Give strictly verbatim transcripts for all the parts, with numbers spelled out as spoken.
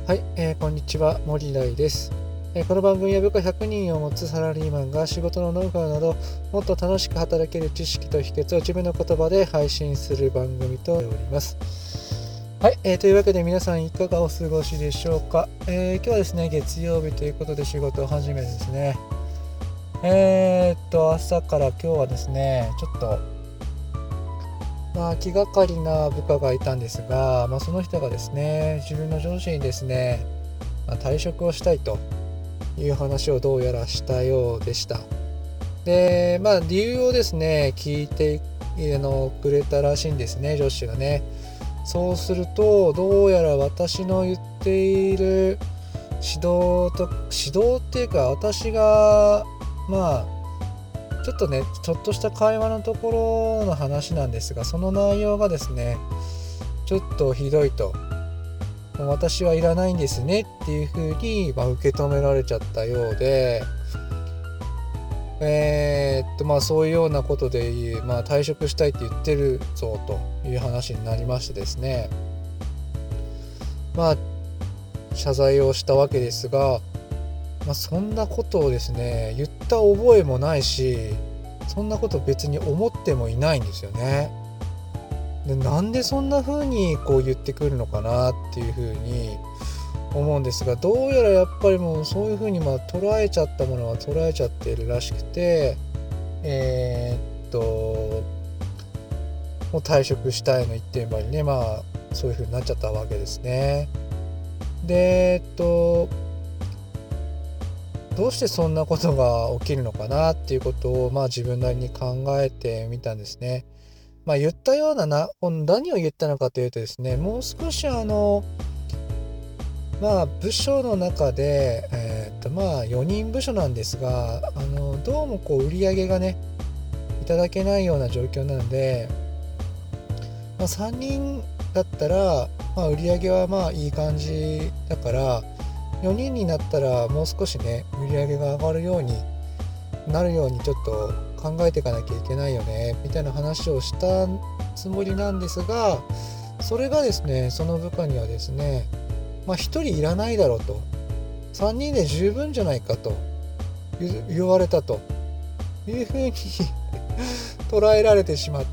はい、えー、こんにちは、森大です、えー、この番組は部下ひゃくにんを持つサラリーマンが仕事のノウハウなどもっと楽しく働ける知識と秘訣を自分の言葉で配信する番組となっております。はい、えー、というわけで皆さんいかがお過ごしでしょうか。えー、今日はですね、月曜日ということで仕事を始めですね。えー、っと朝から今日はですね、ちょっとまあ、気がかりな部下がいたんですが、まあ、その人がですね、自分の上司にですね、まあ、退職をしたいという話をどうやらしたようでした。で、まあ理由をですね、聞いてあのくれたらしいんですね、上司がね。そうすると、どうやら私の言っている指導と指導っていうか、私がまあちょっとね、ちょっとした会話のところの話なんですが、その内容がですね、ちょっとひどいと、私はいらないんですねっていうふうに、まあ、受け止められちゃったようで、えー、っとまあそういうようなことで、まあ、退職したいって言ってるぞという話になりましてですね、まあ謝罪をしたわけですが、まあ、そんなことをですね言った覚えもないし、そんなこと別に思ってもいないんですよね。で、なんでそんな風にこう言ってくるのかなっていう風に思うんですが、どうやらやっぱりもうそういう風にまあ捉えちゃったものは捉えちゃっているらしくて、えー、っともう退職したいの一点張りね、まあそういう風になっちゃったわけですね。で、えっとどうしてそんなことが起きるのかなっていうことを、まあ自分なりに考えてみたんですね。まあ言ったようなな、何を言ったのかというとですね、もう少しあの、まあ部署の中で、えー、っとまあよにん部署なんですが、あの、どうもこう売り上げがね、いただけないような状況なので、まあさんにんだったら、まあ売り上げはまあいい感じだから、よにんになったらもう少しね売り上げが上がるようになるようにちょっと考えていかなきゃいけないよねみたいな話をしたつもりなんですが、それがですね、その部下にはですね、まあひとりいらないだろうと、さんにんで十分じゃないかと言われたというふうに捉えられてしまって、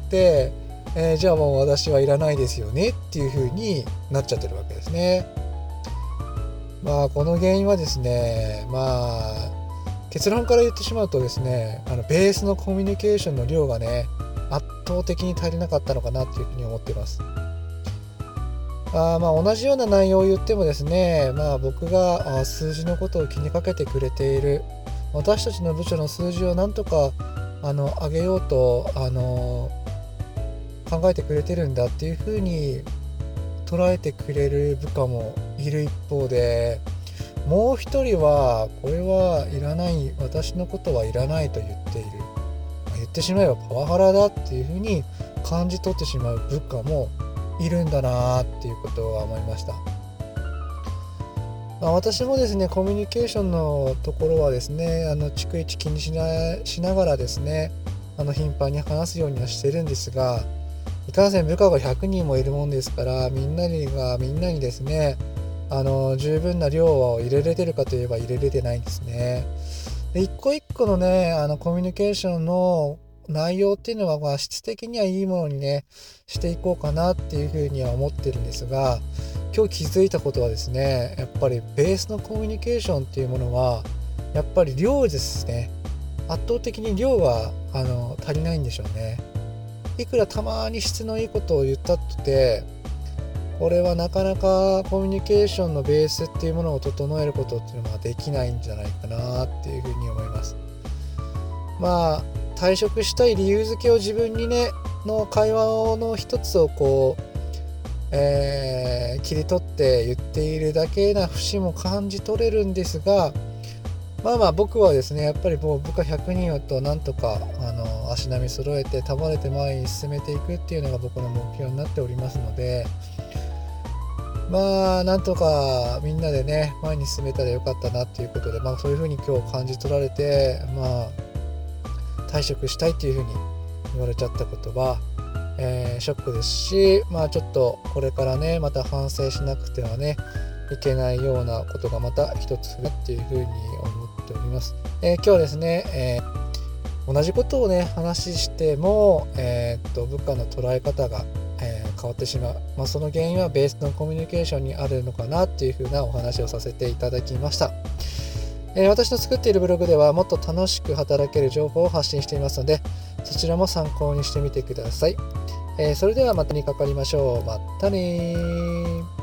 えー、じゃあもう私はいらないですよねっていうふうになっちゃってるわけですね。まあこの原因はですね、まあ結論から言ってしまうとですね、あのベースのコミュニケーションの量がね圧倒的に足りなかったのかなというふうに思っています。あまあ同じような内容を言ってもですね、まあ僕が数字のことを気にかけてくれている、私たちの部署の数字をなんとかあの上げようとあの考えてくれてるんだっていうふうに捉えてくれる部下もいる一方で、もう一人はこれはいらない、私のことはいらないと言っている、言ってしまえばパワハラだっていうふうに感じ取ってしまう部下もいるんだなっていうことは思いました。まあ、私もですねコミュニケーションのところはですね、あの逐一気にしなしながらですね、あの頻繁に話すようにはしてるんですが、いかんせん部下がひゃくにんもいるもんですから、みんなにがみんなにですね、あの十分な量を入れれてるかといえば入れれてないんですね。で一個一個のね、あのコミュニケーションの内容っていうのは、まあ質的にはいいものにねしていこうかなっていうふうには思ってるんですが、今日気づいたことはですね、やっぱりベースのコミュニケーションっていうものはやっぱり量ですね。圧倒的に量があの足りないんでしょうね。いくらたまに質のいいことを言ったとて、これはなかなかコミュニケーションのベースっていうものを整えることっていうのはできないんじゃないかなっていうふうに思います。まあ退職したい理由付けを自分にねの会話の一つをこう、えー、切り取って言っているだけな節も感じ取れるんですが、まあまあ僕はですね、やっぱりもう部下ひゃくにんとなんとかあの足並み揃えて束ねて前に進めていくっていうのが僕の目標になっておりますので、まあなんとかみんなでね前に進めたらよかったなっていうことで、まあそういうふうに今日感じ取られて、まあ退職したいっていうふうに言われちゃったことは、えー、ショックですし、まあちょっとこれからねまた反省しなくてはねいけないようなことがまた一つ増えっていうふうに思っております。えー、今日はですね、えー、同じことをね話しても、えー、っと部下の捉え方が、えー、変わってしまう、まあ、その原因はベースのコミュニケーションにあるのかなっていうふうなお話をさせていただきました。えー、私の作っているブログではもっと楽しく働ける情報を発信していますので、そちらも参考にしてみてください。えー、それではまたにかかりましょう。またねー。